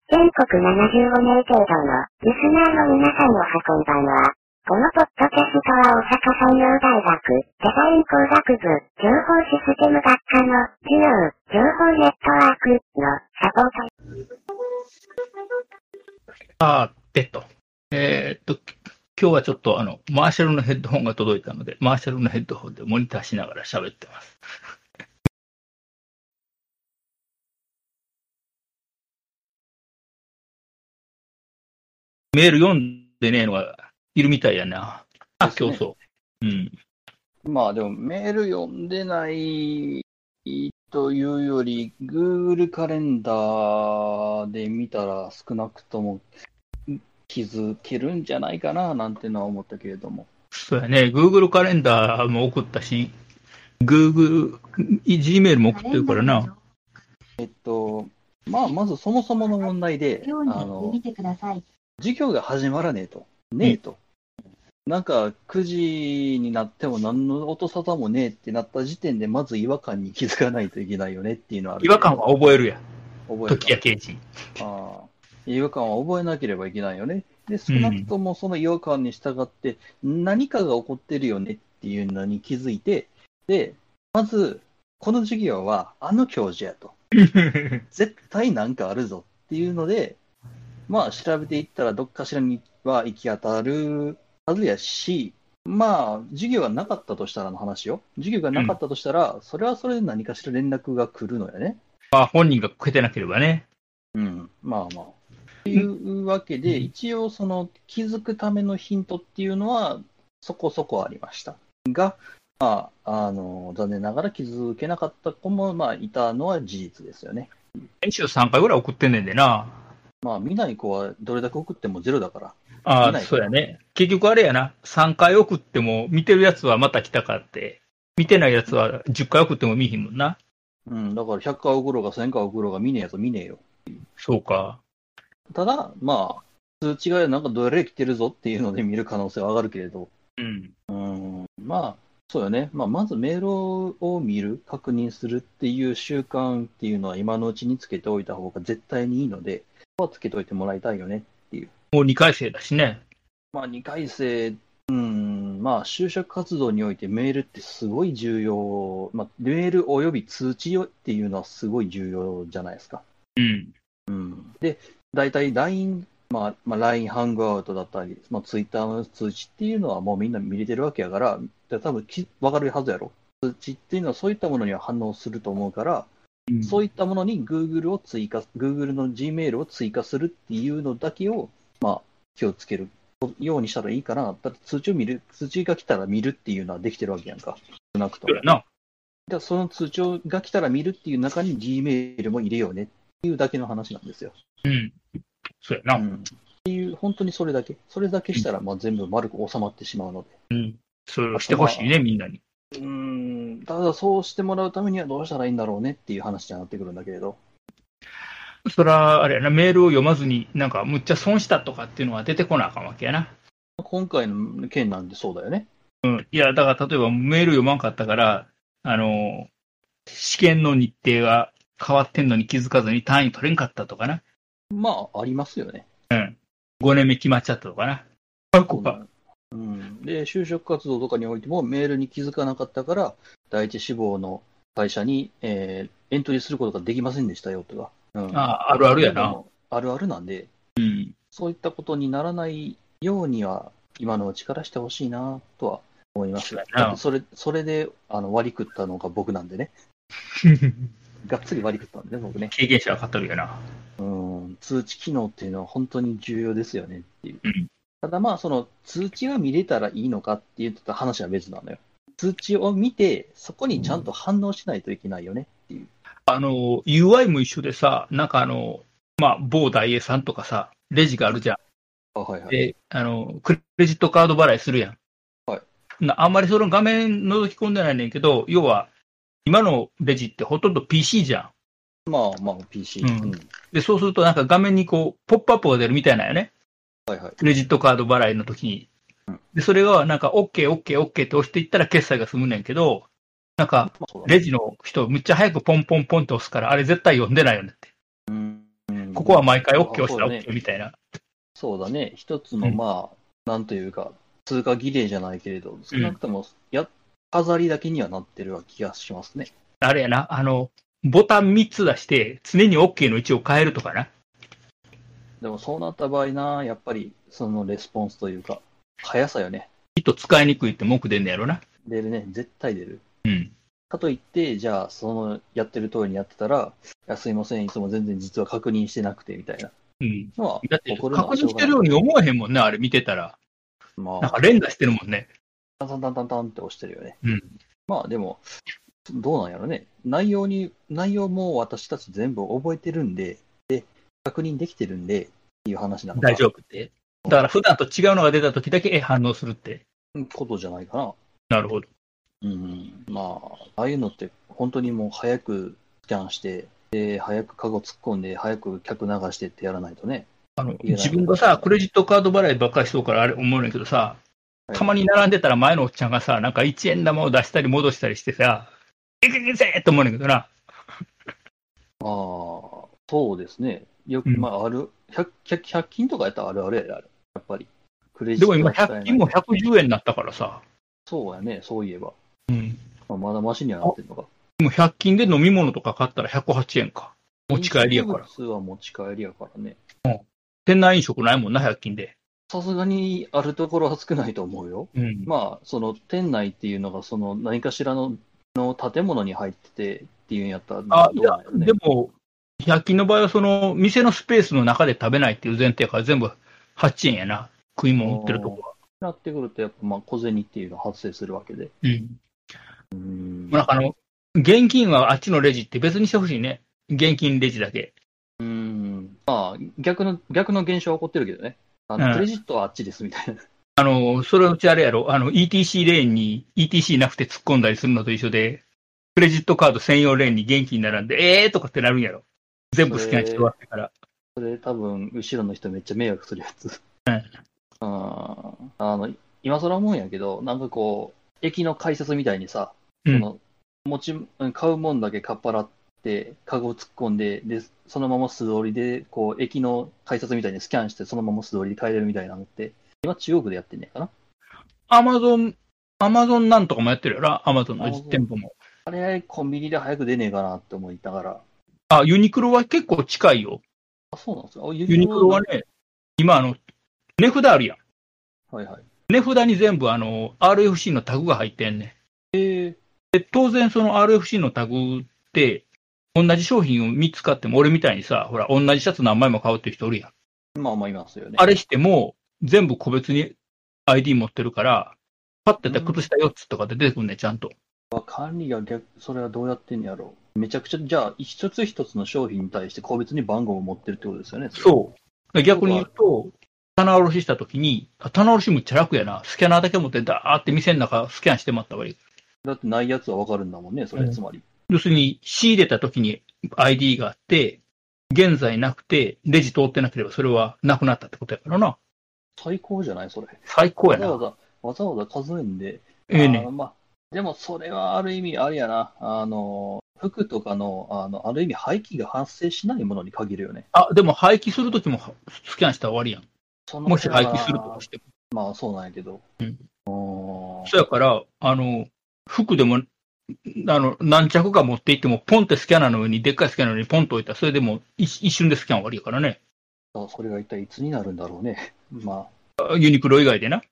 全国75名程度のリスナーの皆さんおはこんばんは。このポッドキャストは大阪産業大学デザイン工学部情報システム学科の授業情報ネットワークのサポート。 今日はちょっとマーシャルのヘッドホンが届いたので、マーシャルのヘッドホンでモニターしながら喋ってます。メール読んでねえのがいるみたいやな。あ、競争。うん。 まあでもメール読んでないというより、Google カレンダーで見たら少なくとも気づけるんじゃないかななんてのは思ったけれども。 そうやね。Google カレンダーも送ったし、Google、Gmail も送ってるからな。 まずそもそもの問題で、授業が始まらねえと。なんか9時になっても何の音沙汰もねえってなった時点でまず違和感に気づかないといけないよねっていうのはある。 違和感は覚えるやん。 覚える。 時矢刑事。 違和感は覚えなければいけないよね。で、少なくともその違和感に従って何かが起こってるよねっていうのに気づいて、で、まずこの授業はあの教授やと。絶対なんかあるぞっていうので、まあ調べていったらどっかしらには行き当たるはずやし、まあ授業がなかったとしたらの話よ。授業がなかったとしたら、それはそれで何かしら連絡が来るのよね。 本人が受けてなければね。 まあ。というわけで、一応その気づくためのヒントっていうのはそこそこありました。が、残念ながら気づけなかった子もいたのは事実ですよね。 練習3回ぐらい送ってんねんでな。 見ない子はどれだけ送ってもゼロだから。 そうやね。結局あれやな。3回送っても見てるやつはまた来たかって、見てないやつは10回送っても見ひんもんな。 だから100回送ろうが1000回送ろうが見ねえやつは見ねえよ。 そうか。 ただ、通知がなんかどれ来てるぞっていうので見る可能性は上がるけれど。そうよね。まずメールを見る、確認するっていう習慣っていうのは今のうちにつけておいた方が絶対にいいので、つけておいてもらいたいよねっていう。 もう2回生だしね。 2回生、就職活動においてメールってすごい重要。メールおよび通知っていうのはすごい重要じゃないですか。で、大体 LINE、LINE ハングアウトだったり、Twitter の通知っていうのはもうみんな見れてるわけやから、多分分かるはずやろ。通知っていうのはそういったものには反応すると思うから、そういったものに Google の Gmail を追加するっていうのだけを、気をつけるようにしたらいいかな。だって通知が来たら見るっていうのはできてるわけやんか。少なくとも。じゃあその通知が来たら見るっていう中に Gmail も入れようねっていうだけの話なんですよ。 そうやな。 っていう、本当にそれだけしたら全部丸く収まってしまうので。 それをしてほしいね、みんなに。 ただそうしてもらうためにはどうしたらいいんだろうねっていう話になってくるんだけれど。 そら、あれやな、メールを読まずになんかむっちゃ損したとかっていうのは出てこなあかんわけやな。 今回の件なんでそうだよね。 いや、だから例えばメール読まんかったから、試験の日程が変わってんのに気づかずに単位取れんかったとかな。 ありますよね。 5年目決まっちゃったとかな。 で、就職活動とかにおいてもメールに気づかなかったから、第一志望の会社に、エントリーすることができませんでしたよとか。 あるあるやな。 あるあるなんで、そういったことにならないようには、今のうちからしてほしいなとは思います。だってそれで割り食ったのが僕なんでね。がっつり割り食ったんでね、僕ね。 経験者は勝ってるやな。 通知機能っていうのは本当に重要ですよねっていう。ただその通知が見れたらいいのかって言った話は別なのよ。通知を見て、そこにちゃんと反応しないといけないよねっていう。 UI も一緒でさ、なんか某大英さんとかさ、レジがあるじゃん。で、クレジットカード払いするやん。あんまりその画面覗き込んでないねんけど、要は、今のレジってほとんど PC じゃん。 PC。 で、そうするとなんか画面にポップアップが出るみたいなんよね。クレジットカード払いの時に。で、それがなんか OK って押していったら決済が済むねんけど、なんか、レジの人、むっちゃ早くポンポンポンって押すから、あれ絶対読んでないよねって。 ここは毎回 OK をしたら OK みたいな。 そうだね。一つの、まあ、なんというか、通過儀礼じゃないけれど、少なくとも、飾りだけにはなってる気がしますね。 あれやな、ボタン3つ出して、常に OK の位置を変えるとかな。 でもそうなった場合な、やっぱり、そのレスポンスというか、速さよね。 きっと使いにくいって文句出んねやろな。 出るね。絶対出る。 うん。 かといって、じゃあ、やってる通りにやってたら、すいません、いつも全然実は確認してなくて、みたいな。 うん。 だって確認してるように思えへんもんね、あれ見てたら。まあ、なんか連打してるもんね。 タンタンタンタンタンって押してるよね。 うん。 まあでも、どうなんやろね。内容も私たち全部覚えてるんで、確認できてるんで、っていう話なのか。 大丈夫って。だから普段と違うのが出た時だけ反応するって。 ことじゃないかな。 なるほど。 うん。まあ、ああいうのって本当にもう早くスキャンして、で、早くカゴ突っ込んで、早く客流してってやらないとね。 自分がさ、クレジットカード払いばっかりしとうからあれ思うんだけどさ、たまに並んでたら前のおっちゃんがさ、なんか1円玉を出したり戻したりしてさ、いけいけせーって思うんだけどな。ああ、そうですね。よく、まあ、100均とかやったらあるあるやで、あれ。やっぱり。 でも今100均も110円になったからさ。 そうやね、そういえば。 うん。 まだマシにはなってんのか。 でも100均で飲み物とか買ったら108円か。持ち帰りやから。 普通は持ち帰りやからね。 うん。店内飲食ないもんな、100均で。 さすがにあるところは少ないと思うよ。 うん。 まあ、その店内っていうのが、その何かしらの建物に入っててっていうんやったら、 あ、いや、でも、100均の場合はその店のスペースの中で食べないっていう前提やから全部8円やな。食い物売ってるとこは。 なってくると、やっぱまあ小銭っていうのが発生するわけで。 うん。なんか現金はあっちのレジって別にしてほしいね。現金レジだけ。 まあ、逆の現象は起こってるけどね。クレジットはあっちですみたいな。 それうちあれやろ。ETC レーンに ETC なくて突っ込んだりするのと一緒で、クレジットカード専用レーンに現金並んで、とかってなるんやろ。全部スキャンして終わってから。 それ多分、後ろの人めっちゃ迷惑するやつ。今更思うんやけど、なんかこう、駅の改札みたいにさ、買うもんだけかっぱらって、カゴ突っ込んで、で、そのまま素通りで、こう、駅の改札みたいにスキャンして、そのまま素通りで帰れるみたいなのって、今中国でやってんねんかな。 アマゾンなんとかもやってるよな。アマゾンの実店舗も。 あれ、コンビニで早く出ねえかなって思いながら。 あ、ユニクロは結構近いよ。 あ、そうなんですか。 ユニクロはね、今値札あるやん。 はいはい。 値札に全部RFC のタグが入ってんね。で、当然その RFC のタグって、同じ商品を3つ買っても、俺みたいにさ、ほら、同じシャツ何枚も買うって人おるやん。 まあまあいますよね。 あれしても、全部個別に ID 持ってるから、パッてた靴下4つとかで出てくんね、ちゃんと。 管理がそれはどうやってんやろう。めちゃくちゃ、じゃあ、一つ一つの商品に対して個別に番号を持ってるってことですよね。 そう。逆に言うと、棚卸ししたときに、棚卸しむっちゃ楽やな。スキャナーだけ持ってダーって店の中スキャンしてもらった方がいい。 だってないやつはわかるんだもんね、それ、つまり。 要するに、仕入れたときに ID があって、現在なくて、レジ通ってなければそれはなくなったってことやからな。 最高じゃないそれ。 最高やな。 わざわざ数えんで。 まあ、 でもそれはある意味、あれやな。服とかの、ある意味廃棄が発生しないものに限るよね。 でも廃棄するときもスキャンしたら終わりやん。もし廃棄するとしても。まあ、そうなんやけど。 そうやから、服でも、何着か持っていっても、ポンってスキャナーの上に、でっかいスキャナーの上にポンと置いたら、それでも一瞬でスキャン終わりやからね。 それが一体いつになるんだろうね。まあ。ユニクロ以外でな。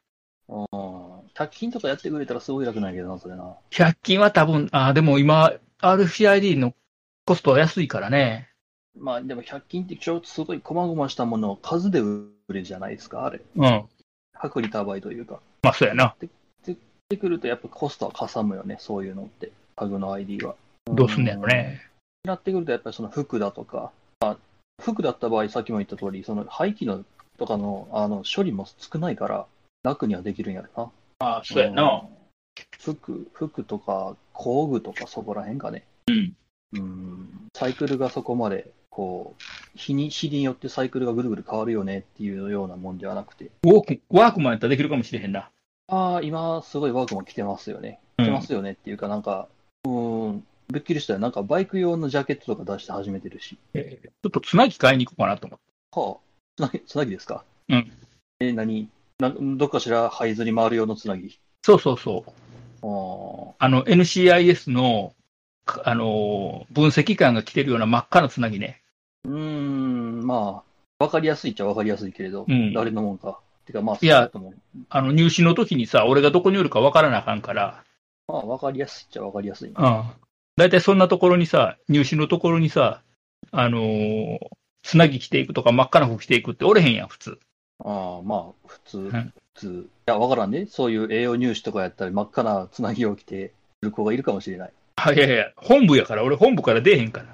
100均とかやってくれたらすごい楽なんやけどな、それな。 100均は多分、でも今、RFID のコストは安いからね。 まあ、でも100均ってちょっとすごい細々したものを数で売るじゃないですか、あれ。薄利多売というか。 まあ、そうやな。 ってくると、やっぱコストはかさむよね、そういうのって。タグの ID は。 どうすんねやろね。 なってくると、やっぱりその服だとか、服だった場合、さっきも言った通り、その廃棄のとかの処理も少ないから、楽にはできるんやろな。そうやな。 服とか工具とかそこら辺かね。サイクルがそこまで、こう、日によってサイクルがぐるぐる変わるよねっていうようなもんではなくて。 ワークマンやったらできるかもしれへんな。 今すごいワークマン来てますよね。来てますよねっていうか、なんか、 びっくりしたよ。なんかバイク用のジャケットとか出して始めてるし。 ちょっとつなぎ買いに行こうかなと思って。 はあ、つなぎですか？ うん。 どっかしら這いずり回る用のつなぎ。 そうそうそう。NCIS の、分析官が着てるような真っ赤なつなぎね。 まあ、わかりやすいっちゃわかりやすいけれど、誰のもんか。てか、まあ、 いや、入試の時にさ、俺がどこにおるかわからなあかんから。 まあ、わかりやすいっちゃわかりやすい。 だいたいそんなところにさ、入試のところにさ、つなぎ着ていくとか真っ赤な服着ていくっておれへんやん、普通。 まあ、普通。いや、わからんね。そういう栄養入試とかやったら真っ赤なつなぎを着てる子がいるかもしれない。 いやいや、本部やから、俺本部から出えへんから。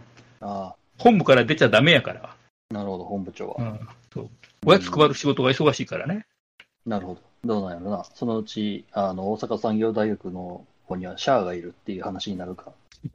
本部から出ちゃダメやから。 なるほど、本部長は。 そう。おやつ配る仕事が忙しいからね。なるほど。どうなんやろな。そのうち、大阪産業大学の方にはシャアがいるっていう話になるか。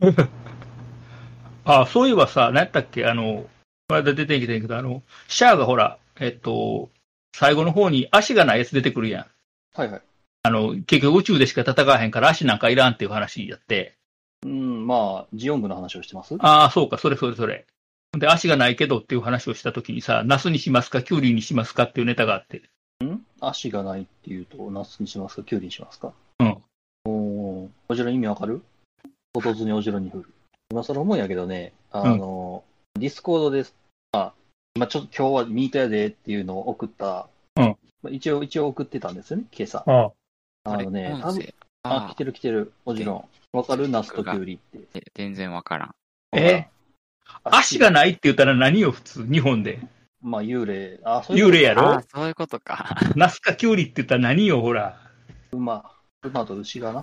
そういえばさ、何やったっけ、この間出てきたけど、シャアがほら、最後の方に足がないやつ出てくるやん。 はいはい。 結局宇宙でしか戦わへんから足なんかいらんっていう話やって。 まあ、ジオングの話をしてます？ そうか、それ。で、足がないけどっていう話をしたときにさ、ナスにしますか、キュウリにしますかっていうネタがあって。 足がないっていうと、ナスにしますか、キュウリにしますか？ おじろ意味わかる？おとずにおじろに振る。今更思うんやけどね、ディスコードです。今ちょっと今日はミートやでっていうのを送った、一応送ってたんですよね、今朝。多分、来てる、もちろん。わかる？ナスとキュウリって。 全然わからん。 足がないって言ったら何よ、普通、日本で。 まあ、幽霊。 幽霊やろ？ そういうことか。 ナスかキュウリって言ったら何よ、ほら。 馬と牛がな。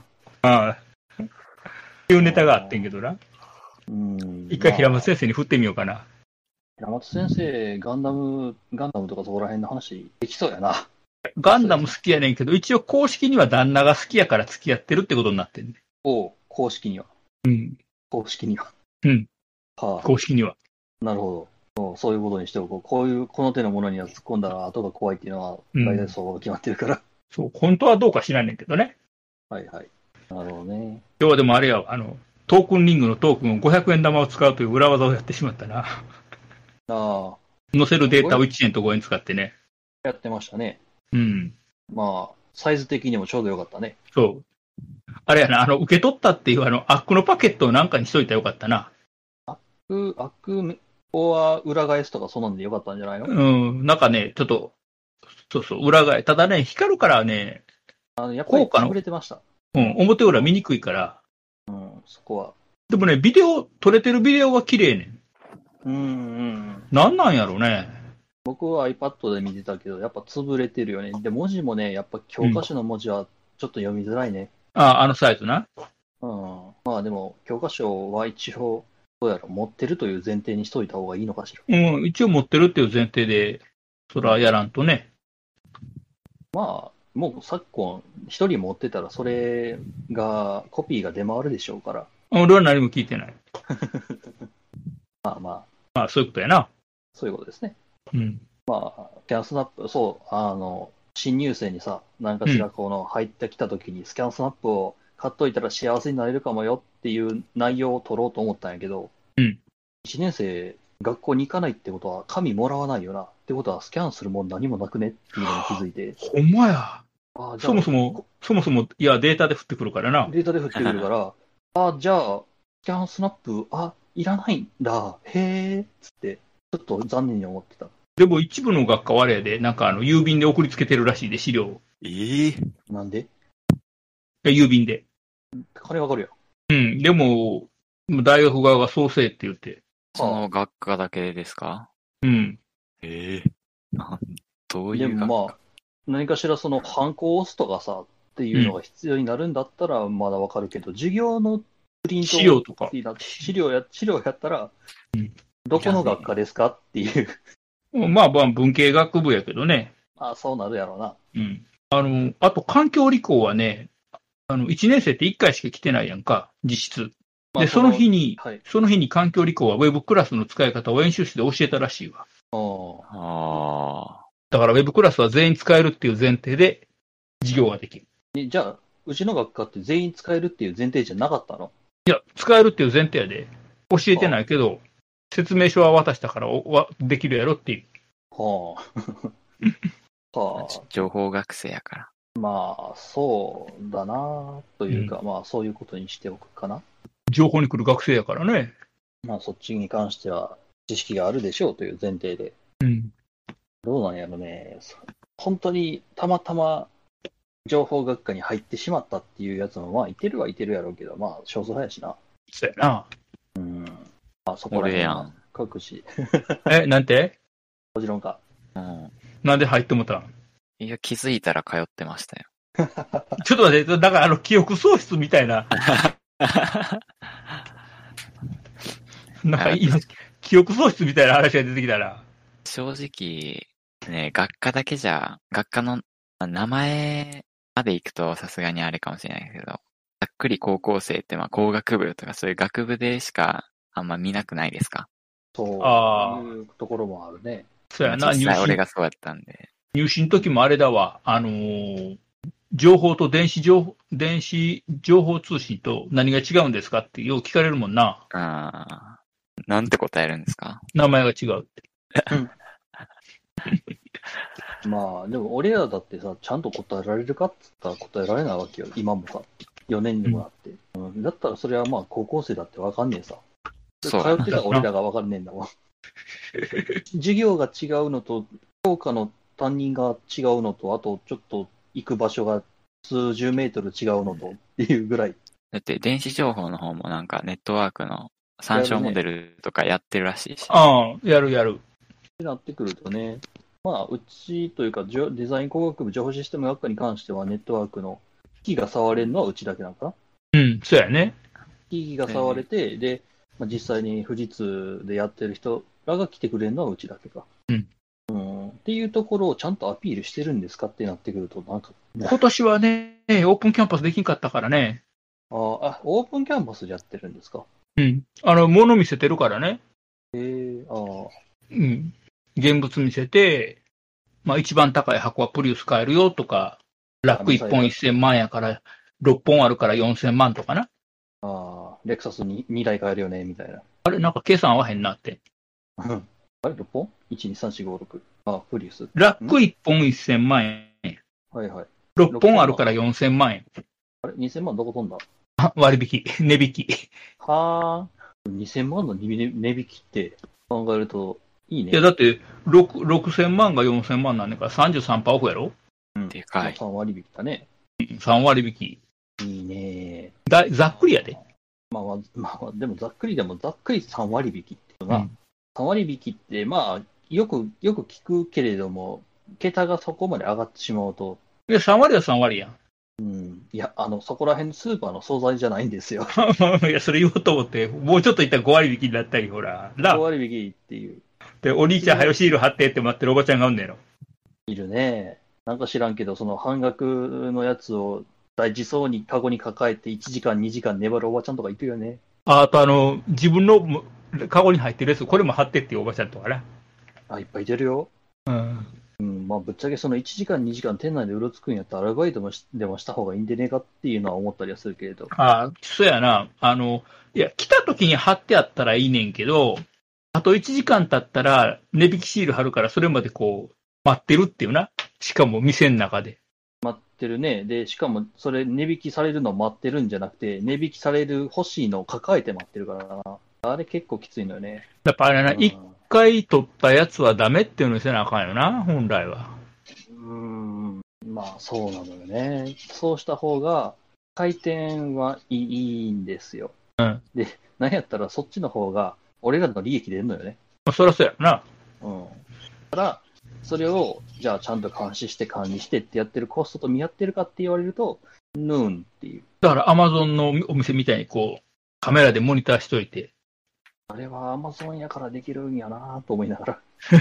っていうネタがあってんけどな。一回平松先生に振ってみようかな。 平松先生、ガンダムとかそこら辺の話できそうやな。 ガンダム好きやねんけど、一応公式には旦那が好きやから付き合ってるってことになってんね。 公式には。公式には。 公式には。 なるほど。そういうことにしておこう。この手のものには突っ込んだら後が怖いっていうのは、大体そう決まってるから。 そう、本当はどうか知らんねんけどね。 はいはい。なるほどね。 今日はでもあれや、トークンリングのトークンを500円玉を使うという裏技をやってしまったな。載せるデータを1円と5円使ってね。 やってましたね。 まあ、サイズ的にもちょうどよかったね。 そう。あれやな、受け取ったっていうアックのパケットをなんかにしといたらよかったな。 アックは裏返すとかそんなんでよかったんじゃないの？ なんかね、ちょっと、裏返。ただね、光るからね、 やっぱり潰れてました。 表裏見にくいから。 そこは。 でもね、撮れてるビデオは綺麗ねん。なんなんやろね。 僕は iPad で見てたけど、やっぱ潰れてるよね。で、文字もね、やっぱ教科書の文字はちょっと読みづらいね。 サイズな。 まあでも、教科書は一応、どうやら持ってるという前提にしといた方がいいのかしら。 一応持ってるっていう前提で、そらやらんとね。 まあ、もう昨今、一人持ってたら、それが、コピーが出回るでしょうから。 俺は何も聞いてない。 まあ、そういうことやな。 そういうことですね。 まあ、スキャンスナップ、新入生にさ、なんかしら入ってきたときに、スキャンスナップを買っといたら幸せになれるかもよっていう内容を取ろうと思ったんやけど、1年生、学校に行かないってことは、紙もらわないよな。ってことは、スキャンするもん何もなくねっていうのに気づいて。 ほんまや。そもそも、いや、データで降ってくるからな。 データで降ってくるから、じゃあ、スキャンスナップ、いらないんだ。へーっつって、ちょっと残念に思ってた。 でも一部の学科はあれやで、なんか郵便で送りつけてるらしいで、資料を。 なんで？ 郵便で。 金わかるよ。でも、大学側がそうせえって言って。 その学科だけですか？どういう学科？ でもまあ、何かしらハンコを押すとかさ、っていうのが必要になるんだったらまだわかるけど、授業のプリント資料とか。 資料やったら、どこの学科ですかっていう。 まあ、文系学部やけどね。 そうなるやろうな。 あと環境理工はね、1年生って1回しか来てないやんか、実質。で、その日に環境理工はウェブクラスの使い方を演習室で教えたらしいわ。だからウェブクラスは全員使えるっていう前提で授業ができる。 じゃあ、うちの学科って全員使えるっていう前提じゃなかったの？ いや、使えるっていう前提やで。教えてないけど、説明書は渡したからできるやろっていう。 はあ。はあ。情報学生やから。 まあ、そうだなというか、まあ、そういうことにしておくかな。 情報に来る学生やからね。 まあ、そっちに関しては知識があるでしょうという前提で。どうなんやろね。本当にたまたま情報学科に入ってしまったっていうやつも、まあ、いてるはいてるやろうけど、まあ、少数派やしな。 そうやな。 まあ、そこら辺は書くし。 なんてもちろんか。 なんで入ってもたん？ いや、気づいたら通ってましたよ。 ちょっと待って、だから記憶喪失みたいな。なんか今、記憶喪失みたいな話が出てきたら。 正直、ね、学科の名前まで行くとさすがにあれかもしれないけど、ざっくり高校生って工学部とかそういう学部でしかあんま見なくないですか？ そういうところもあるね。 そうやな、 実際俺がそうやったんで。 入試の時もあれだわ、情報と電子情報通信と何が違うんですかってよう聞かれるもんな。 なんて答えるんですか？ 名前が違うって。 まあ、でも俺らだってさ、ちゃんと答えられるかって言ったら答えられないわけよ。今もさ、4年にもなって。だったらそれはまあ高校生だってわかんねえさ。通ってた俺らがわかんねえんだもん。授業が違うのと、教科の担任が違うのと、あとちょっと行く場所が数十メートル違うのとっていうぐらい。 だって電子情報の方もなんかネットワークの参照モデルとかやってるらしいし。 やる。 ってなってくるとね、まあ、うちというか、デザイン工学部情報システム学科に関しては、ネットワークの機器が触れるのはうちだけなのかな。 そうやね。 機器が触れて、で、まあ、実際に富士通でやってる人らが来てくれるのはうちだけか。っていうところをちゃんとアピールしてるんですかってなってくると、なんか、 今年はね、オープンキャンパスできんかったからね。 オープンキャンパスでやってるんですか？ 物見せてるからね。現物見せて、まあ一番高い箱はプリウス買えるよとか、ラック1本1000万やから、6本あるから4000万とかな。 レクサス2台買えるよね、みたいな。 あれ、なんか計算合わへんなって。 あれ、6本 ?1、2、3、4、5、6。プリウス。 ラック1本1000万円。 はいはい。 6本あるから4000万円。 あれ ?2000 万どこ飛んだ？ 割引、値引き。 はあ。2000万の値引きって考えるといいね。 いや、だって6000万が4000万なんだから 33% オフやろ？ でかい。 3割引きだね。 3割引き。 いいね。 ざっくりやで。 まあ、でもざっくり3割引きっていうのが、3割引きって、まあ、よく聞くけれども、桁がそこまで上がってしまうと。 いや、3割は3割やん。 いや、そこら辺のスーパーの惣菜じゃないんですよ。 いや、それ言おうと思って、もうちょっといったら5割引きになったり、ほら。 5割引きっていう。 で、お兄ちゃん、はよシール貼ってって待ってるおばちゃんがおんねやろ。 いるね。なんか知らんけど、その半額のやつを大事そうにカゴに抱えて1時間2時間粘るおばちゃんとかいるよね。 あと自分のカゴに入ってるやつ、これも貼ってっていうおばちゃんとかね。 いっぱいいてるよ。まあ、ぶっちゃけその1時間2時間店内でうろつくんやったらアルバイトでもした方がいいんでねえかっていうのは思ったりはするけれど。 そうやな。いや、来た時に貼ってあったらいいねんけど、あと1時間経ったら値引きシール貼るから、それまでこう、待ってるっていうな。しかも店の中で。 待ってるね。で、しかもそれ値引きされるのを待ってるんじゃなくて、値引きされる欲しいのを抱えて待ってるからな。あれ結構きついのよね。 やっぱあれな、1回取ったやつはダメっていうのにせなあかんよな、本来は。 まあそうなのよね。そうした方が回転はいいんですよ。で、なんやったらそっちの方が俺らの利益出るのよね。 そりゃそうやな。 ただ、それをじゃあちゃんと監視して管理してってやってるコストと見合ってるかって言われると、っていう。 だからアマゾンのお店みたいにこう、カメラでモニターしといて。 あれはアマゾンやからできるんやなと思いながら。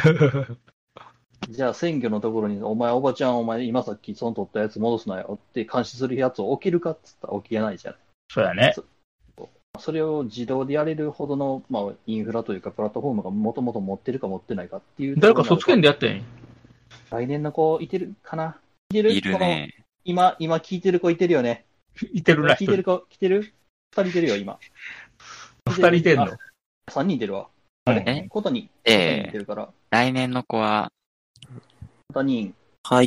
じゃあ、鮮魚のところに、おばちゃん、今さっきその取ったやつ戻すなよって監視するやつを置けるかっつったら置けないじゃん。 そうやね。 それを自動でやれるほどの、まあ、インフラというか、プラットフォームがもともと持ってるか持ってないかっていう。 誰か卒検でやったんやん。 来年の子、いてるかないてる？ いるね。 今聞いてる子いてるよね。 いてるらしい。 聞いてる子、来てる？ 2人出るよ、今。 2人出るの ?3 人出るわ。ことに出るから。 来年の子は、 ことに。 はい。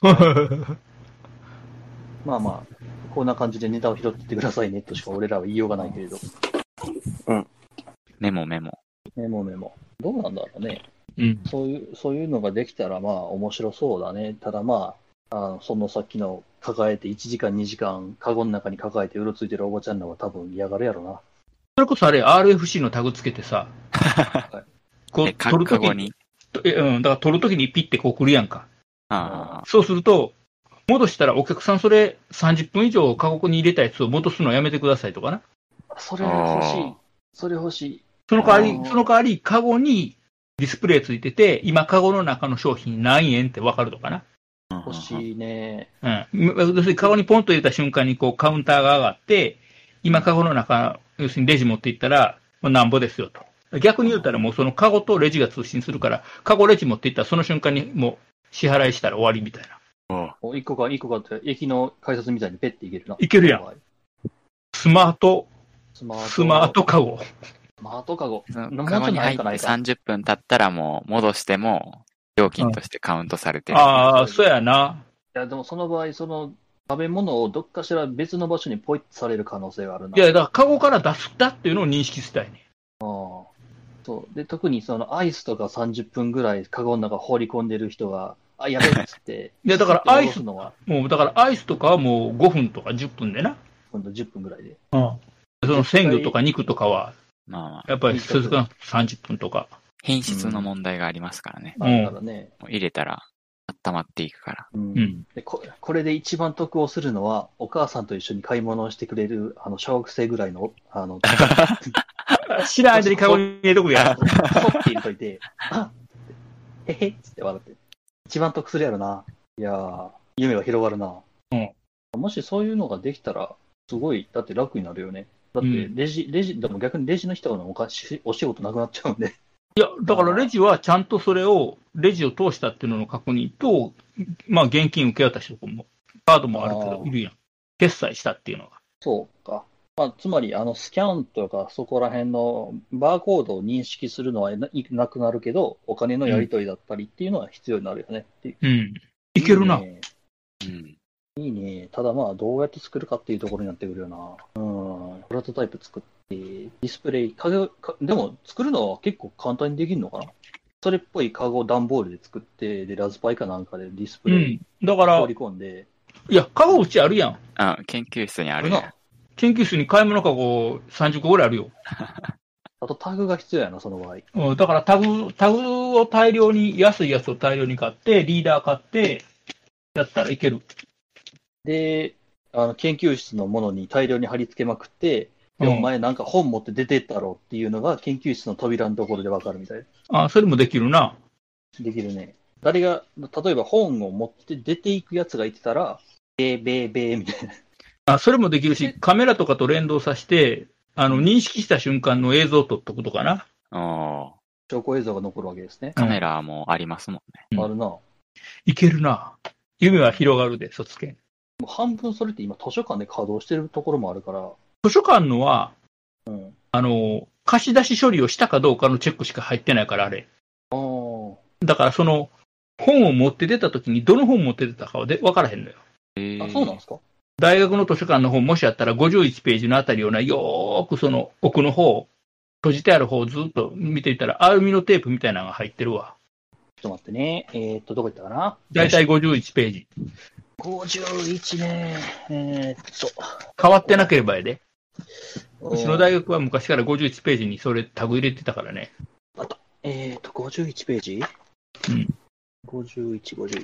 まあまあ、こんな感じでネタを拾ってってくださいねとしか俺らは言いようがないけれど。 うん。 メモメモ。 どうなんだろうね。 うん。 そういうのができたらまあ面白そうだね。ただまあ、そのさっきの抱えて1時間2時間カゴの中に抱えてうろついてるおばちゃんらは多分嫌がるやろな。 それこそあれ RFC のタグつけてさ、 こう取るときに。 だから取るときにピッてこう来るやんか。そうすると、戻したらお客さんそれ30分以上カゴに入れたやつを戻すのやめてくださいとかな。 それ欲しい。 その代わり、カゴにディスプレイついてて、今カゴの中の商品何円って分かるとかな。 欲しいね。 要するにカゴにポンと入れた瞬間にこうカウンターが上がって、今カゴの中、要するにレジ持っていったら、なんぼですよと。逆に言うたらもうそのカゴとレジが通信するから、カゴレジ持っていったらその瞬間にもう支払いしたら終わりみたいな。 一個かって駅の改札みたいにペッていけるな。 いけるやん。スマートカゴ。 カゴに入って30分経ったらもう戻しても料金としてカウントされてる。 ああ、そうやな。 いや、でもその場合、その食べ物をどっかしら別の場所にポイッとされる可能性があるな。 いや、だからカゴから出すんだっていうのを認識したいね。 そう。で、特にそのアイスとか30分ぐらいカゴの中放り込んでる人が、やべえっつって。 いや、だからアイスとかはもう5分とか10分でな。 今度10分ぐらいで。 その鮮魚とか肉とかは、やっぱり30分とか。 品質の問題がありますからね。 だからね。 入れたら温まっていくから。 でこれで一番得をするのは、お母さんと一緒に買い物をしてくれる、小学生ぐらいの、 知らん間にカゴに入れとくやん。 そって入れといて、へへっつって笑って。一番得するやろな。いやー、夢は広がるな。もしそういうのができたら、すごい、だって楽になるよね。だってレジ、でも逆にレジの人のお仕事なくなっちゃうんで。 いや、だからレジはちゃんとそれを、レジを通したっていうのの確認と、まあ現金受け渡しとかも、カードもあるけど、いるやん。決済したっていうのが。 そうか。まあ、つまり、スキャンとかそこら辺のバーコードを認識するのはなくなるけど、お金のやり取りだったりっていうのは必要になるよねっていう。 いけるな。 いいね。ただまあ、どうやって作るかっていうところになってくるよな。プロトタイプ作って、ディスプレイ、でも作るのは結構簡単にできるのかな。それっぽいカゴを段ボールで作って、で、ラズパイかなんかでディスプレイだから放り込んで。 いや、カゴうちあるやん。 研究室にあるやん。 研究室に買い物カゴ30個ぐらいあるよ。 あとタグが必要やな、その場合。 だからタグを大量に、安いやつを大量に買って、リーダー買って、やったらいける。 で、研究室のものに大量に貼り付けまくって、でも前なんか本持って出てったろっていうのが研究室の扉のところでわかるみたいな。 それもできるな。 できるね。誰が、例えば本を持って出ていくやつがいてたら、ベーみたいな。 それもできるし、カメラとかと連動させて、認識した瞬間の映像を撮っとくとかな。 証拠映像が残るわけですね。 カメラもありますもんね。あるな。 いけるな。夢は広がるで、卒検。 半分それって今図書館で稼働してるところもあるから。 図書館のは、貸し出し処理をしたかどうかのチェックしか入ってないから、あれ。だからその、本を持って出たときにどの本持って出たかは分からへんのよ。 そうなんですか？ 大学の図書館の本もしあったら51ページのあたりをよーくその奥の方、閉じてある方をずっと見ていたら、アルミのテープみたいなのが入ってるわ。 ちょっと待ってね。どこ行ったかな？ だいたい51ページ。 51ね。 変わってなければやで。うちの大学は昔から51ページにそれタグ入れてたからね。 あと、51ページ？51。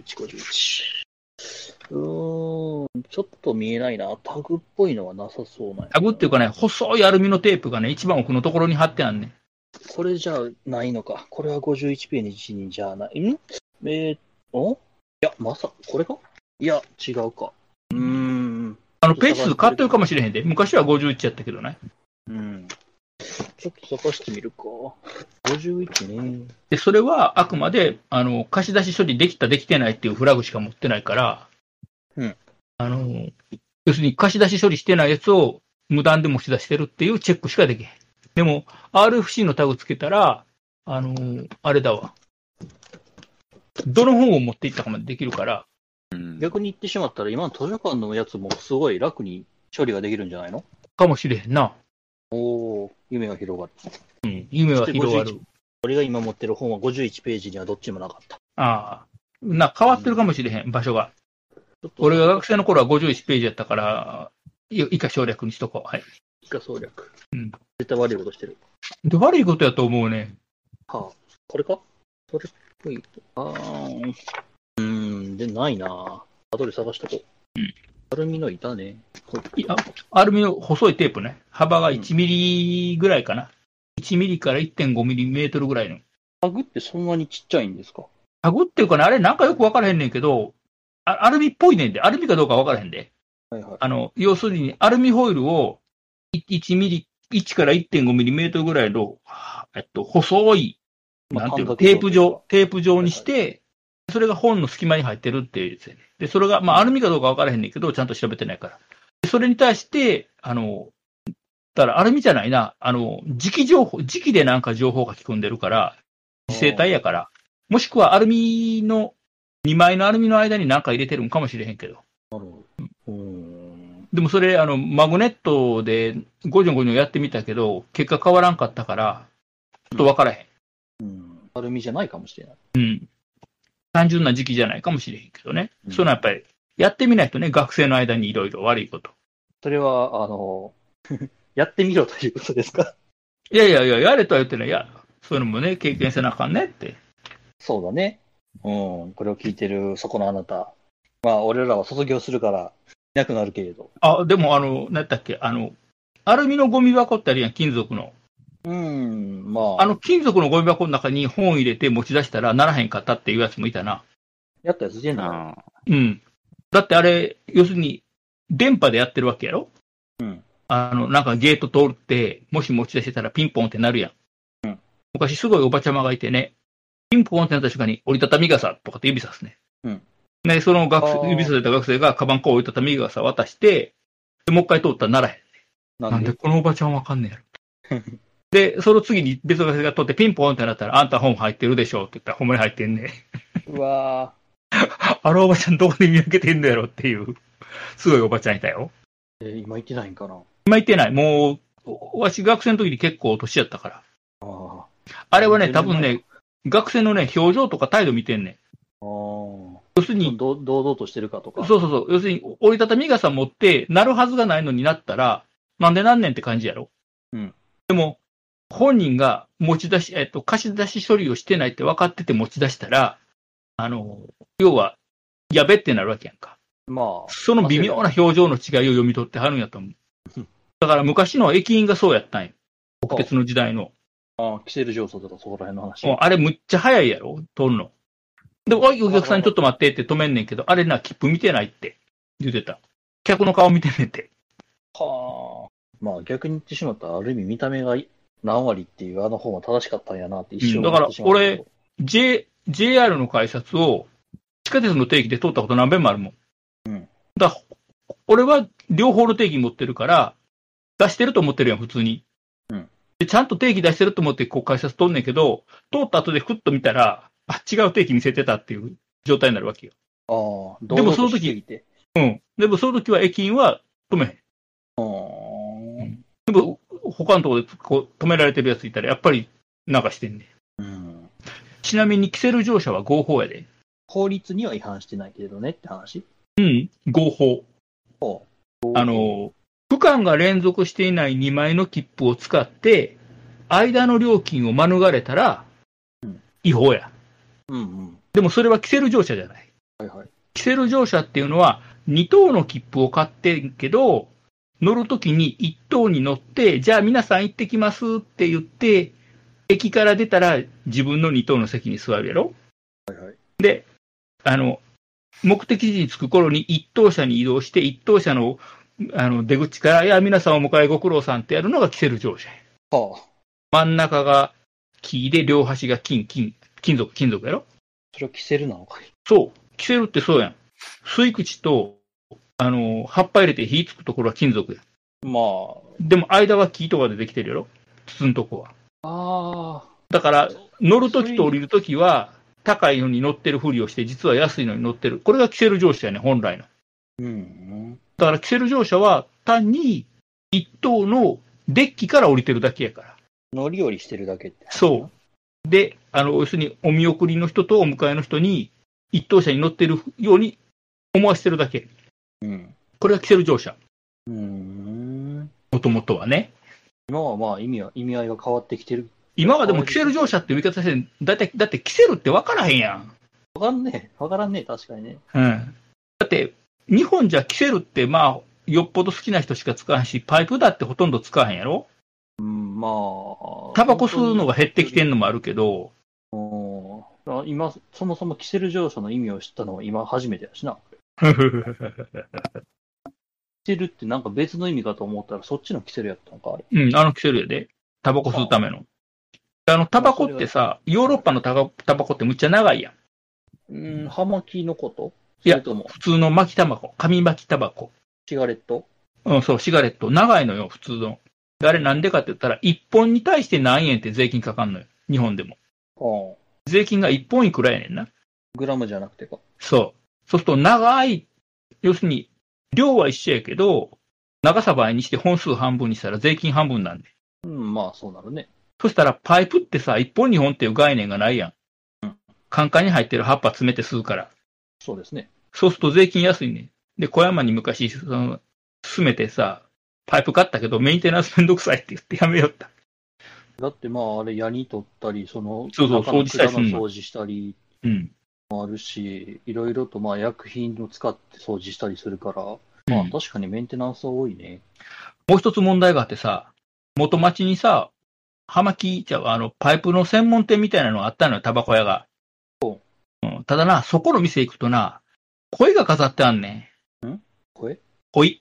ちょっと見えないな。タグっぽいのはなさそうな。 タグっていうかね、細いアルミのテープがね、一番奥のところに貼ってあんねん。 これじゃないのか。これは51ページにじゃない。いや、これか？いや、違うか。 ページ数変わってるかもしれへんで。昔は51やったけどね。 ちょっと探してみるか。51ね。 で、それはあくまで、貸し出し処理できた、できてないっていうフラグしか持ってないから、要するに貸し出し処理してないやつを無断で持ち出してるっていうチェックしかできへん。でも、RFC のタグつけたら、あれだわ。どの本を持っていったかまでできるから。 逆に言ってしまったら、今の図書館のやつもすごい楽に処理ができるんじゃないのかもしれへんな。 おー、夢が広がる。 うん、夢は広がる。 俺が今持ってる本は51ページにはどっちもなかった。 ああ。変わってるかもしれへん、場所が。俺が学生の頃は51ページやったから、以下省略にしとこう。はい。 以下省略。 うん。 絶対悪いことしてる。 で、悪いことやと思うね。 はあ。これかそれっぽい。で、ないなぁ。後で探しとこう。うん。アルミの板ね。 アルミの細いテープね。幅が1ミリぐらいかな。1ミリから 1.5 ミリメートルぐらいの。 タグってそんなにちっちゃいんですか？ タグっていうかね、あれなんかよくわからへんねんけど、アルミっぽいねんで。アルミかどうかわからへんで。 はいはい。 要するに、アルミホイルを1ミリ、1から 1.5 ミリメートルぐらいの、細い、なんていうの、テープ状にして、はいはい、それが本の隙間に入ってるっていうやつやね。で、それが、アルミかどうかわからへんねんけど、ちゃんと調べてないから。でそれに対して、だからアルミじゃないな、磁気でなんか情報が書き込んでるから、磁性体やから、もしくはアルミの、2枚のアルミの間に何か入れてるんかもしれへんけど。 なるほど。 でもそれ、マグネットでゴニョゴニョやってみたけど、結果変わらんかったから、ちょっとわからへん。アルミじゃないかもしれない。 うん。単純な時期じゃないかもしれへんけどね。そのやっぱり、やってみないとね、学生の間にいろいろ悪いこと。 それは、やってみろということですか？ いや、やれとは言ってない。いや、そういうのもね、経験せなあかんねって。 そうだね。これを聞いてるそこのあなた。俺らは卒業するから、いなくなるけれど。 でも、なんだっけ、アルミのゴミ箱ってあるやん、金属の。金属のゴミ箱の中に本入れて持ち出したらならへんかったっていうやつもいたな。 やったやつじゃない。うん。だってあれ、要するに、電波でやってるわけやろ？ うん。 なんかゲート通って、もし持ち出してたらピンポンってなるやん。 うん。 昔すごいおばちゃまがいてね、ピンポンってなった瞬間に折りたたみ傘とかって指さすね。 うん。 で、その指さされた学生がカバンこう折りたたみ傘渡して、でもう一回通ったらならへん。なんでこのおばちゃんわかんねやろ。で、その次に別の学生が通ってピンポンってなったら、あんた本入ってるでしょって言ったら、ほんまに入ってんね。 うわあのおばちゃんどこで見分けてんのやろっていう、すごいおばちゃんいたよ。 今行ってないんかな？ 今行ってない。もう、わし学生の時に結構年やったから。あれはね、多分ね、学生のね、表情とか態度見てんねん。要するに、 堂々としてるかとか。 そう。要するに、折りたたみ傘持って、なるはずがないのになったら、なんでなんねんって感じやろ。 うん。 でも、本人が持ち出し、貸し出し処理をしてないって分かってて持ち出したら、要は、やべってなるわけやんか。その微妙な表情の違いを読み取ってはるんやと思う。だから昔の駅員がそうやったんよ。国鉄の時代の。 キセル上層とかそこら辺の話。 あれむっちゃ早いやろ通るの。で、お客さんちょっと待ってって止めんねんけど、あれな、切符見てないって言ってた。客の顔見てんねんって。 はあ。逆に言ってしまったら、ある意味見た目が何割っていうあの方が正しかったんやなって一瞬思ってしまった。だから俺、JR の改札を地下鉄の定期で通ったこと何遍もあるもん。 うん。 だから俺は両方の定期持ってるから、出してると思ってるやん、普通に。 うん。 で、ちゃんと定期出してると思ってこう改札通んねんけど、通った後でふっと見たら、違う定期見せてたっていう状態になるわけよ。でもその時、でもその時は駅員は止めへん。でも他のところでこう止められてるやついたら、やっぱりなんかしてんねん。ちなみにキセル乗車は合法やで。 法律には違反してないけれどねって話？ 合法。区間が連続していない2枚の切符を使って、間の料金を免れたら、違法や。でもそれはキセル乗車じゃない。キセル乗車っていうのは、2等の切符を買ってんけど、乗るときに1等に乗って、じゃあ皆さん行ってきますって言って、駅から出たら自分の2等の席に座るやろ。で、目的地に着く頃に1等車に移動して、1等車の出口から、いや、皆さんお迎えご苦労さんってやるのがキセル乗車。真ん中が木で、両端が金属やろ。 それはキセルなのかい？ そう。キセルってそうやん。吸い口と、葉っぱ入れて火つくところは金属や。 まあ。 でも間は木とかでできてるやろ筒のとこは。 ああ。 だから、乗るときと降りるときは、高いのに乗ってるふりをして、実は安いのに乗ってる。これがキセル乗車やね、本来の。 うん。 だからキセル乗車は単に一等のデッキから降りてるだけやから。 乗り降りしてるだけって。 そう。で、要するにお見送りの人とお迎えの人に一等車に乗ってるように思わせてるだけ。 うん。 これがキセル乗車。 もともとはね。 今はまあ意味合いが変わってきてる。 今はでもキセル乗車っていう言い方して、だってキセルって分からへんやん。 分からんね、確かにね。 うん。だって、日本じゃキセルってまあ、よっぽど好きな人しか使わへんし、パイプだってほとんど使わへんやろ。 うん、まあ。 タバコ吸うのが減ってきてんのもあるけど。 今、そもそもキセル乗車の意味を知ったのは今初めてやしな。キセルってなんか別の意味かと思ったらそっちのキセルやったのか、あれ。 うん、キセルやで。タバコ吸うための。タバコってさ、ヨーロッパのタバコってむっちゃ長いやん。葉巻のこと？ いや、普通の巻きタバコ。紙巻きタバコ。 シガレット？ うん、そう、シガレット。長いのよ、普通の。あれなんでかって言ったら、1本に対して何円って税金かかんのよ。日本でも。税金が1本いくらやねんな。 グラムじゃなくてか。 そう。そうすると長い、要するに、量は一緒やけど、長さ倍にして本数半分にしたら税金半分なんで。 うん、まあそうなるね。 そしたらパイプってさ、1本2本っていう概念がないやん。うん。カンカンに入ってる葉っぱ詰めて吸うから。 そうですね。 そうすると税金安いね。で、小山に昔、進めてさ、パイプ買ったけど、メンテナンスめんどくさいって言ってやめよった。 だってまあ、あれ、矢に取ったり、そう、 掃除したりするの掃除したり、もあるし、いろいろとまあ、薬品を使って掃除したりするから、まあ、確かにメンテナンスは多いね。 もう一つ問題があってさ、元町にさ、葉巻、パイプの専門店みたいなのがあったのよ、タバコ屋が。ただな、そこの店行くとな、鯉が飾ってあんねん。鯉。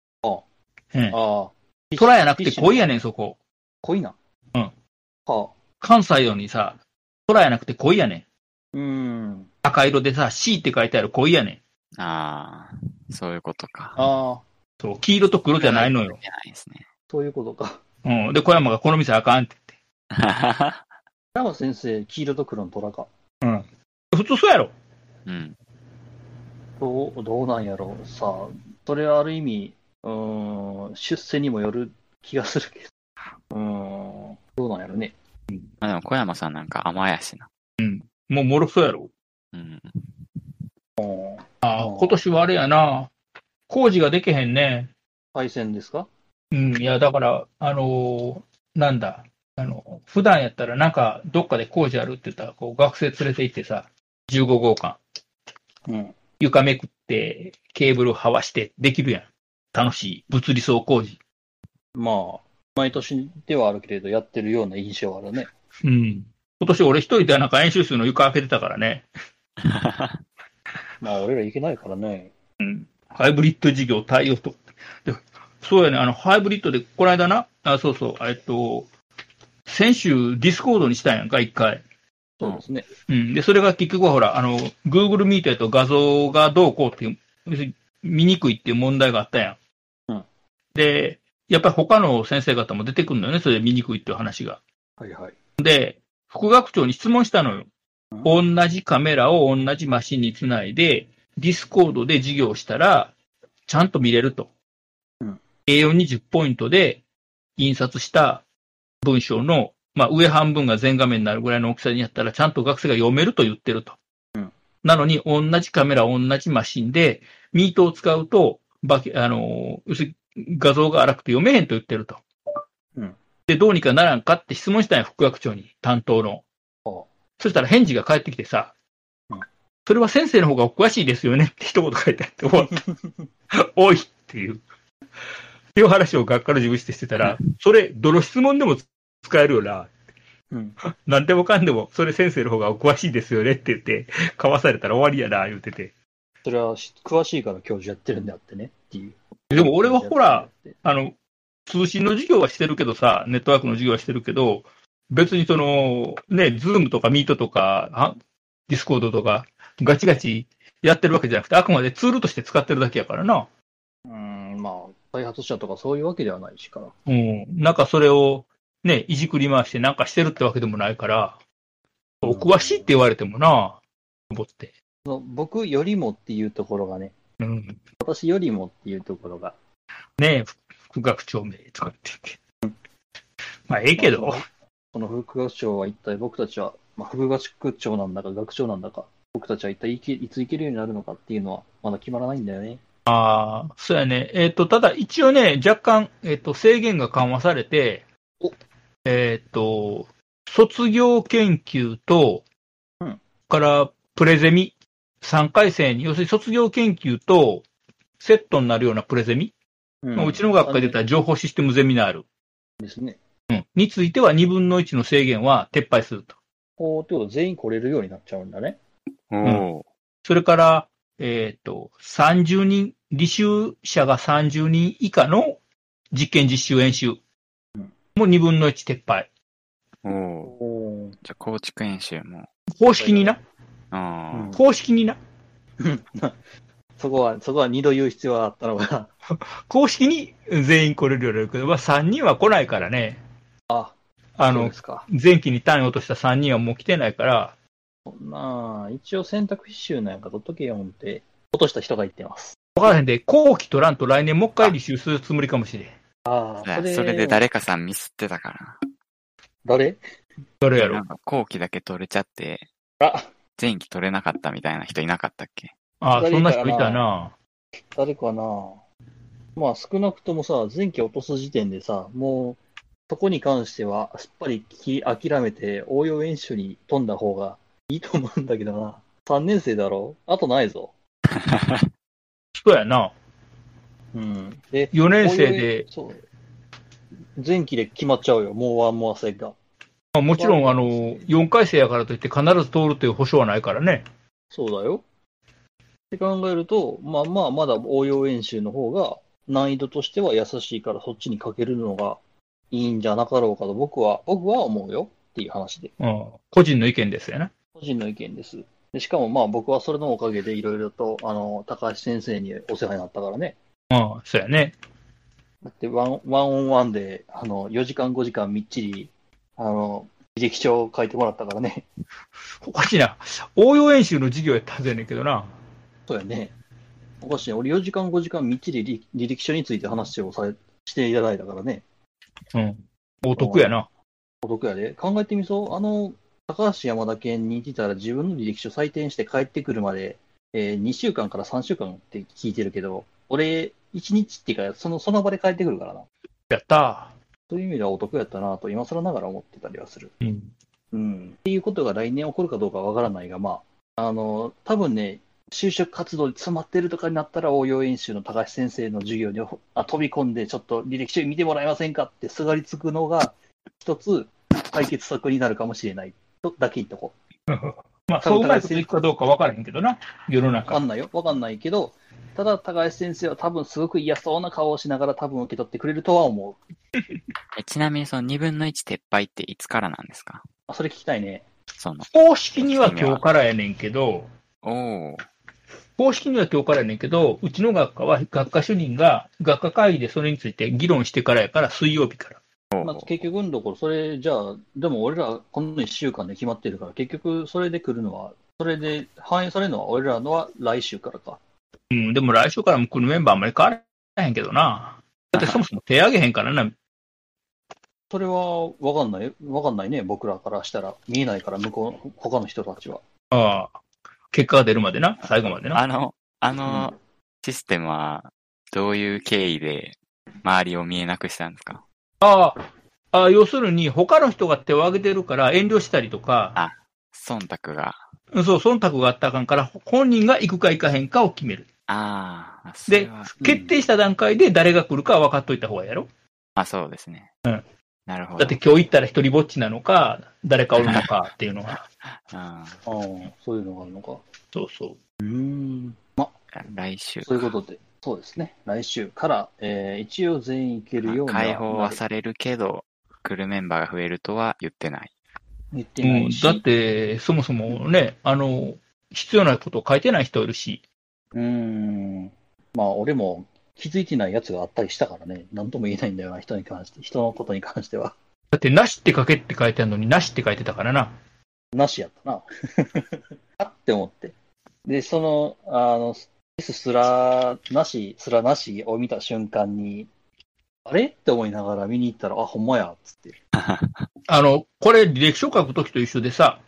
虎やなくて鯉やねん、そこ。 鯉な。 うん。関西ようにさ、虎やなくて鯉やねん。 赤色でさ、C って書いてある鯉やねん。ああ、そういうことか。 そう、黄色と黒じゃないのよ。 そういうことか。 うん。で、小山がこの店あかんって言って。 小山先生、黄色と黒の虎か。 うん。普通そうやろ。 うん。 どうなんやろう。さあ、それはある意味、出世にもよる気がするけど。どうなんやろね。 まあでも小山さんなんか甘やしな。 うん。もうもろそうやろ。 うん。 今年はあれやな。工事ができへんね。 配線ですか？ うん。いや、だから、なんだ。普段やったらなんかどっかで工事あるって言ったら、こう学生連れて行ってさ、15号館。 うん。 床めくってケーブルはわしてできるやん。楽しい。物理層工事。 まあ、毎年ではあるけれど、やってるような印象はあるね。 うん。今年俺一人でなんか演習室の床開けてたからね。 まあ、俺らいけないからね。 うん。ハイブリッド事業対応と。そうやね、ハイブリッドで、この間な、そうそう、先週ディスコードにしたんやんか、一回。 そうですね。 うん。で、それが結局はほら、Google Meet やと画像がどうこうっていう、別に見にくいっていう問題があったやん。 うん。 で、やっぱり他の先生方も出てくるのよね、それで見にくいっていう話が。 はいはい。 で、副学長に質問したのよ。同じカメラを同じマシンにつないで、ディスコードで授業したら、ちゃんと見れると。A4 に10ポイントで印刷した文章の、まあ、上半分が全画面になるぐらいの大きさにやったら、ちゃんと学生が読めると言ってると。なのに、同じカメラ、同じマシンで、ミートを使うと、要するに画像が荒くて読めへんと言ってると。で、どうにかならんかって質問したんや、副学長に、担当の。そしたら返事が返ってきてさ、それは先生の方がお詳しいですよねって一言書いてあって、おいっていう。っていう話を学科の事務室でしてたら、それ、どの質問でも使えるよな。なんでもかんでも、それ先生の方がお詳しいですよねって言って、交わされたら終わりやな、言うてて。 それは、詳しいから教授やってるんであってね、っていう。 でも俺はほら、通信の授業はしてるけどさ、ネットワークの授業はしてるけど、別にその、ね、ズームとかミートとか、ディスコードとか、ガチガチやってるわけじゃなくて、あくまでツールとして使ってるだけやからな。 まあ、 開発者とかそういうわけではないしから。 うん。なんかそれをね、いじくり回してなんかしてるってわけでもないから、お詳しいって言われてもな、思って。 僕よりもっていうところがね、 うん。 私よりもっていうところが。 ねえ、副学長名とかって言って。まあ、ええけど。 その副学長は一体僕たちは、副学長なんだか学長なんだか、僕たちは一体いつ行けるようになるのかっていうのはまだ決まらないんだよね。 ああ、そうやね。ただ一応ね、若干、制限が緩和されて、卒業研究と、からプレゼミ、3回生に、要するに卒業研究とセットになるようなプレゼミ、うちの学科で言ったら情報システムゼミナール。 ですね。 については2分の1の制限は撤廃すると。 ってこと全員来れるようになっちゃうんだね。 それから、30人、履修者が30人以下の実験実習演習も2分の1撤廃。 じゃあ構築演習も。 公式にな。公式にな。 そこは二度言う必要があったのが。 公式に全員来れるようになるけど、3人は来ないからね。前期に単位落とした3人はもう来てないから。 一応選択必修なんやから取っとけよって落とした人が言ってます。 わからへんで、後期取らんと来年もう一回履修するつもりかもしれん。 それで誰かさんミスってたから。 誰やろ。 なんか後期だけ取れちゃって、前期取れなかったみたいな人いなかったっけ？ そんな人いたな。 誰かな。少なくともさ、前期落とす時点でさ、もう、そこに関しては、すっぱり諦めて、応用演習に飛んだ方がいいと思うんだけどな。3年生だろ？あとないぞ。 そうやな。 で、 4年生で。 前期で決まっちゃうよ、もうワンモアセが。 もちろん、4回生やからといって必ず通るという保証はないからね。 そうだよ。って考えると、まだ応用演習の方が難易度としては優しいからそっちにかけるのがいいんじゃなかろうかと僕は思うよっていう話で。 個人の意見ですよね。 個人の意見です。でしかも僕はそれのおかげでいろいろと高橋先生にお世話になったからね。 そうやね。 だってワンオンワンで4時間5時間みっちり履歴書を書いてもらったからね。 おかしいな。応用演習の授業やったはずやねんけどな。 そうやね。おかしいね。俺4時間5時間みっちり履歴書について話をしていただいたからね。 お得やな。 お得やで。考えてみそう。高橋山田県にいてたら自分の履歴書採点して帰ってくるまで、2週間から3週間って聞いてるけど、俺、1日っていうか、その場で帰ってくるからな。 やったー。 そういう意味ではお得やったなと、今更ながら思ってたりはする。っていうことが来年起こるかどうかわからないが、多分ね、就職活動に詰まってるとかになったら、応用演習の高橋先生の授業に飛び込んで、ちょっと履歴書見てもらえませんかってすがりつくのが、一つ解決策になるかもしれないとだけ言っとこう。 そううまいこといくかどうか分からへんけどな、世の中。 わかんないけど、ただ高橋先生は多分すごく嫌そうな顔をしながら多分受け取ってくれるとは思う。ちなみにその2分の1撤廃っていつからなんですか？ それ聞きたいね。 公式には今日からやねんけど、公式には今日からやねんけど、うちの学科は学科主任が学科会議でそれについて議論してからやから、水曜日から。 結局のところ、それじゃあ、でも俺らこの1週間で決まってるから、結局それで来るのは、それで反映されるのは俺らのは来週からか。 でも来週からも来るメンバーあんまり変わらへんけどな。だってそもそも手挙げへんからな。 それはわかんないね、僕らからしたら。見えないから、他の人たちは。 結果が出るまでな、最後までな。 システムはどういう経緯で周りを見えなくしたんですか？ 要するに他の人が手を挙げてるから遠慮したりとか。 忖度が。 そう、忖度があったらあかんから、本人が行くか行かへんかを決める。で、決定した段階で誰が来るかは分かっといた方がいいやろ？ そうですね。なるほど。 だって今日行ったら一人ぼっちなのか、誰かおるのかっていうのは。 そういうのがあるのか。 そうそう。 来週。 そういうことで。そうですね。来週から、一応全員行けるような。 解放はされるけど、来るメンバーが増えるとは言ってない。 言ってないし。 だって、そもそもね、必要なことを書いてない人いるし。 俺も気づいてないやつがあったりしたからね。なんとも言えないんだよな、人のことに関しては。 だって、なしって書けって書いてあるのに、なしって書いてたからな。 なしやったな。あって思って。で、スラなしを見た瞬間に、あれって思いながら見に行ったら、あ、ほんまや、つって。 これ履歴書書くときと一緒でさ、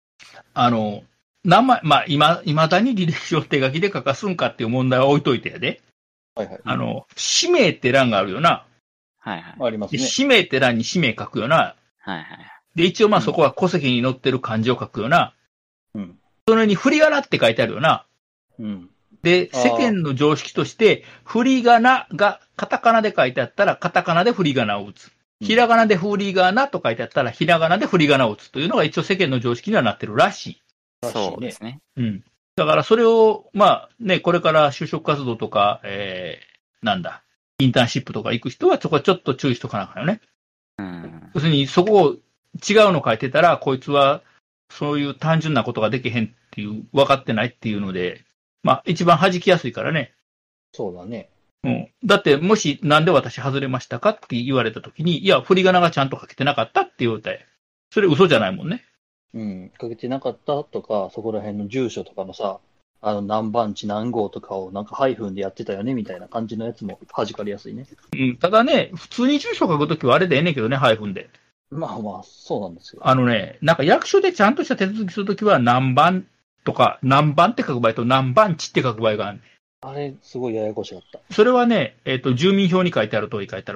名前、まあ、未だに履歴書を手書きで書かすんかっていう問題は置いといてやで。 はいはい。 氏名って欄があるよな。 はいはい。 ありますね。 氏名って欄に氏名書くよな。 はいはい。 で、一応まあそこは戸籍に載ってる漢字を書くよな。 うん。 それに振り仮名って書いてあるよな。 うん。 で、世間の常識として、振り仮名がカタカナで書いてあったら、カタカナで振り仮名を打つ。ひらがなで振り仮名と書いてあったら、ひらがなで振り仮名を打つというのが一応世間の常識にはなってるらしい。 そうですね。 うん。だからそれを、まあね、これから就職活動とか、インターンシップとか行く人はそこはちょっと注意しとかなあかんよね。 うん。 要するにそこを違うの書いてたら、こいつはそういう単純なことができへんっていう、分かってないっていうので、まあ一番弾きやすいからね。 そうだね。 うん。だって、もし、なんで私外れましたかって言われたときに、いや、振り仮名がちゃんと書けてなかったって言うて、それ嘘じゃないもんね。 うん。書けてなかったとか、そこら辺の住所とかのさ、何番地何号とかをなんかハイフンでやってたよねみたいな感じのやつも弾かれやすいね。 うん。ただね、普通に住所書くときはあれでええねんけどね、ハイフンで。 まあまあ、そうなんですよ。 なんか役所でちゃんとした手続きするときは何番とか、何番って書く場合と何番地って書く場合がある。 あれ、すごいややこしかった。 それはね、住民票に書いてある通り書いたら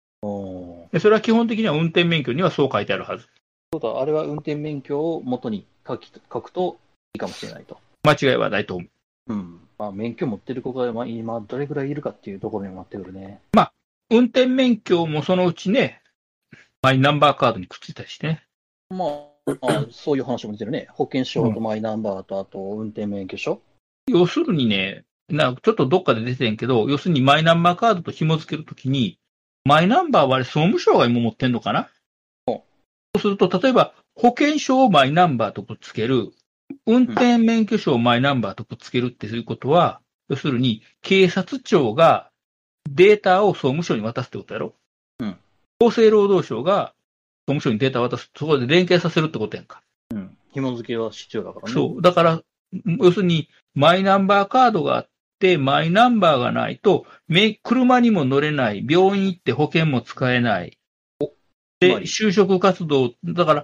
OK。で、それは基本的には運転免許にはそう書いてあるはず。 そうだ、あれは運転免許を元に書くといいかもしれないと。 間違いはないと思う。 うん。まあ、免許持ってる子が、まあ、今どれぐらいいるかっていうところにもなってくるね。 まあ、運転免許もそのうちね、マイナンバーカードにくっついたりしてね。 まあ、そういう話も出てるね。保険証とマイナンバーと、あと運転免許証。 要するにね、ちょっとどっかで出てんけど、要するにマイナンバーカードと紐付けるときに、マイナンバーはあれ総務省が今持ってんのかな？そうすると、例えば保険証をマイナンバーとくっつける、運転免許証をマイナンバーとくっつけるっていうことは、要するに警察庁がデータを総務省に渡すってことやろ？ うん。 厚生労働省が総務省にデータを渡す、そこで連携させるってことやんか。 うん。紐付けは必要だからね。 そう。だから、要するに、マイナンバーカードがあって、マイナンバーがないと、車にも乗れない、病院行って保険も使えない。で、就職活動、だから、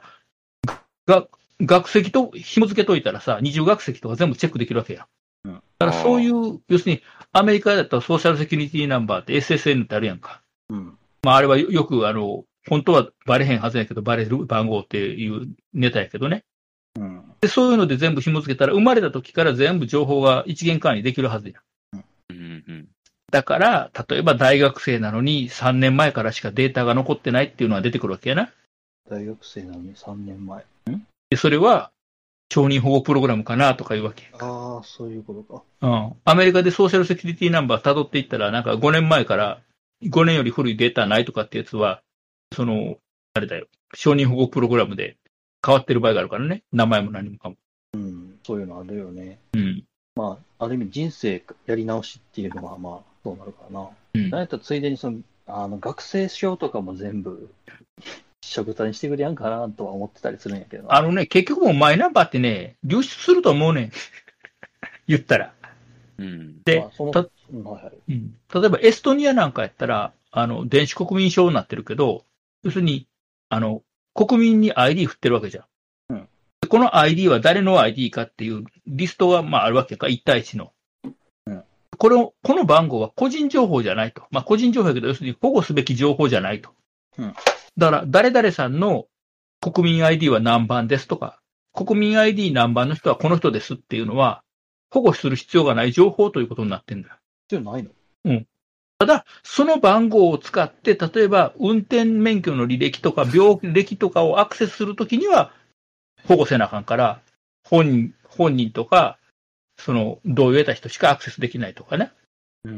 学籍と紐付けといたらさ、二重学籍とか全部チェックできるわけや。 うん。 だからそういう、要するに、アメリカだったらソーシャルセキュリティナンバーって SSN ってあるやんか。 うん。 まあ、あれはよく、本当はバレへんはずやけど、バレる番号っていうネタやけどね。 うん。 で、そういうので全部紐付けたら、生まれた時から全部情報が一元管理できるはずや。 うんうん。 だから、例えば大学生なのに3年前からしかデータが残ってないっていうのは出てくるわけやな。 大学生なのに3年前。 で、それは、承認保護プログラムかなとかいうわけ。 ああ、そういうことか。 うん。アメリカでソーシャルセキュリティナンバー辿っていったら、なんか5年前から5年より古いデータないとかってやつは、あれだよ。承認保護プログラムで変わってる場合があるからね。名前も何もかも。 うん。そういうのあるよね。 うん。 まあ、ある意味人生やり直しっていうのは、まあ、そうなるからな。 うん。 なんやったらついでに学生証とかも全部、食単にしてくれやんかなとは思ってたりするんやけどな。 結局もうマイナンバーってね、流出すると思うねん。言ったら。 うん。 で、 まあはいはい。 うん。例えばエストニアなんかやったら、電子国民証になってるけど、要するに、国民に ID 振ってるわけじゃん。 うん。 でこの ID は誰の ID かっていうリストが、まあ、あるわけか、1対1の。 うん。 この番号は個人情報じゃないと。まあ、個人情報やけど、要するに保護すべき情報じゃないと。 うん。 だから、誰々さんの国民 ID は何番ですとか、国民 ID 何番の人はこの人ですっていうのは、保護する必要がない情報ということになってんだよ。 必要ないの？ うん。ただ、その番号を使って、例えば、運転免許の履歴とか、病歴とかをアクセスするときには、保護せなあかんから、本人とか、同意を得た人しかアクセスできないとかね。 うん。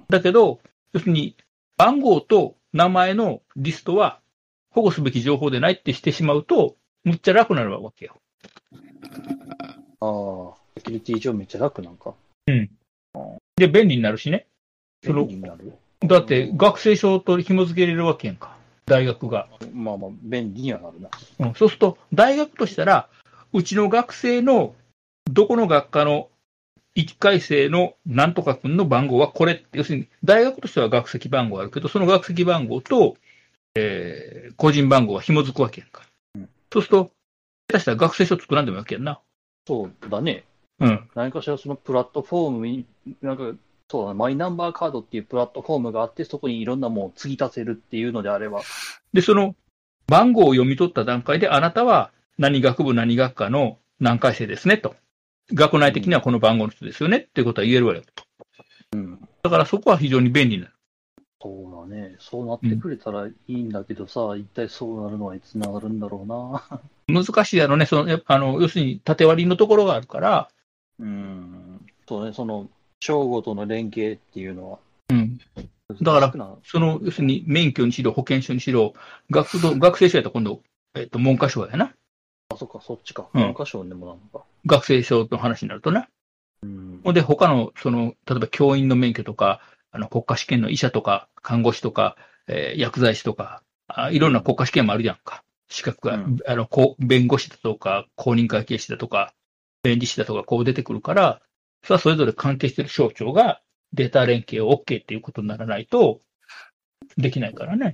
だけど、要するに、番号と名前のリストは、保護すべき情報でないってしてしまうと、むっちゃ楽になるわけよ。 ああ、セキュリティ上めっちゃ楽なんか。 うん。で、便利になるしね。 だって学生証と紐付けれるわけやんか。大学が。 まあまあ、便利にはなるな。 そうすると、大学としたら、うちの学生の、どこの学科の1回生のなんとか君の番号はこれって、要するに、大学としては学籍番号あるけど、その学籍番号と、個人番号が紐づくわけやんか。そうすると、下手したら学生証作らんでもいいわけやんな。 そうだね。何かしらそのプラットフォームに、そうだね、マイナンバーカードっていうプラットフォームがあって、そこにいろんなものを継ぎ足せるっていうのであれば。 で、その番号を読み取った段階で、あなたは何学部何学科の何回生ですねと。学内的にはこの番号の人ですよねっていうことは言えるわよと。だからそこは非常に便利な。 そうだね。そうなってくれたらいいんだけどさ、一体そうなるのはいつながるんだろうな。 難しいやろね。要するに縦割りのところがあるから。 そうね、その、省吾との連携っていうのは。 だから、要するに免許にしろ、保険証にしろ、学生証やったら今度、文科省やな。 そっか、そっちか。文科省でもなのか。 学生証の話になるとね。で、他の、例えば教員の免許とか、国家試験の医者とか、看護師とか、薬剤師とか、いろんな国家試験もあるじゃんか。資格が、弁護士だとか、公認会計士だとか、弁理士だとか、こう出てくるから、それぞれ関係している省庁がデータ連携を OK っていうことにならないと、できないからね。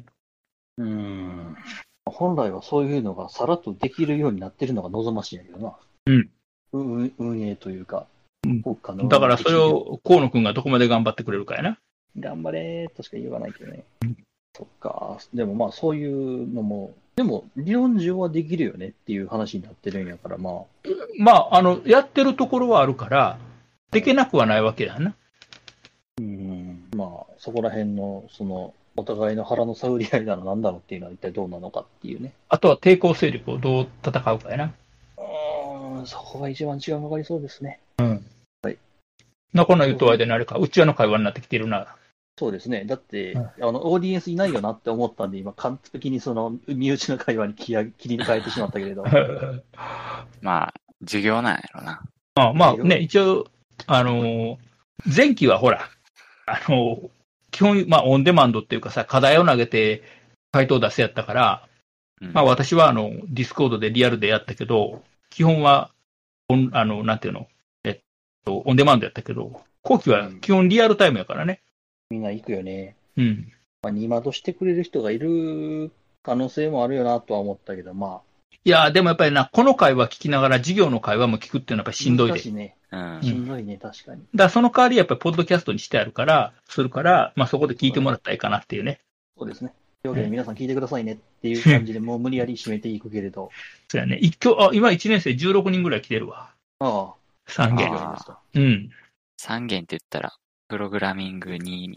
本来はそういうのがさらっとできるようになってるのが望ましいんやけどな。運営というか、 国家の。だからそれを河野くんがどこまで頑張ってくれるかやな。 頑張れーとしか言わないけどね。そっか。でもまあそういうのも、でも理論上はできるよねっていう話になってるんやから、まあ。やってるところはあるから、できなくはないわけだな。 まあ、そこら辺の、お互いの腹の探り合いなのなんだろうっていうのは一体どうなのかっていうね。 あとは抵抗勢力をどう戦うかやな。 そこが一番時間かかりそうですね。はい。 この言うと間にあれか、うちわの会話になってきてるな。 そうですね。だって、オーディエンスいないよなって思ったんで、今、完璧に身内の会話に切り替えてしまったけれど。 まあ、授業なんやろな。 まあね、一応、前期はほら、基本、オンデマンドっていうかさ、課題を投げて回答出せやったから、私はディスコードでリアルでやったけど、基本は、なんていうの、オンデマンドやったけど、後期は基本リアルタイムやからね。 みんな行くよね。二窓してくれる人がいる可能性もあるよなとは思ったけど、 いや、でもやっぱりこの会話聞きながら授業の会話も聞くっていうのはやっぱりしんどいで。 難しいね。しんどいね、確かに。 だからその代わりやっぱりポッドキャストにしてあるから、そこで聞いてもらったらいいかなっていうね。 そうですね。というわけで皆さん聞いてくださいねっていう感じでもう無理やり締めていくけれど。 そうやね。今1年生16人ぐらい来てるわ。3限。 3限って言ったら、プログラミング2。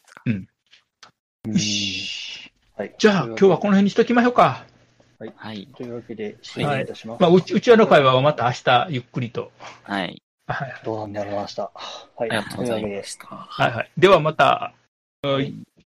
じゃあ今日はこの辺にしときましょうか。 はい。というわけで、失礼いたします。 うちわの会話はまた明日ゆっくりと。 どうなんでありました。 ありがとうございました。 ではまた。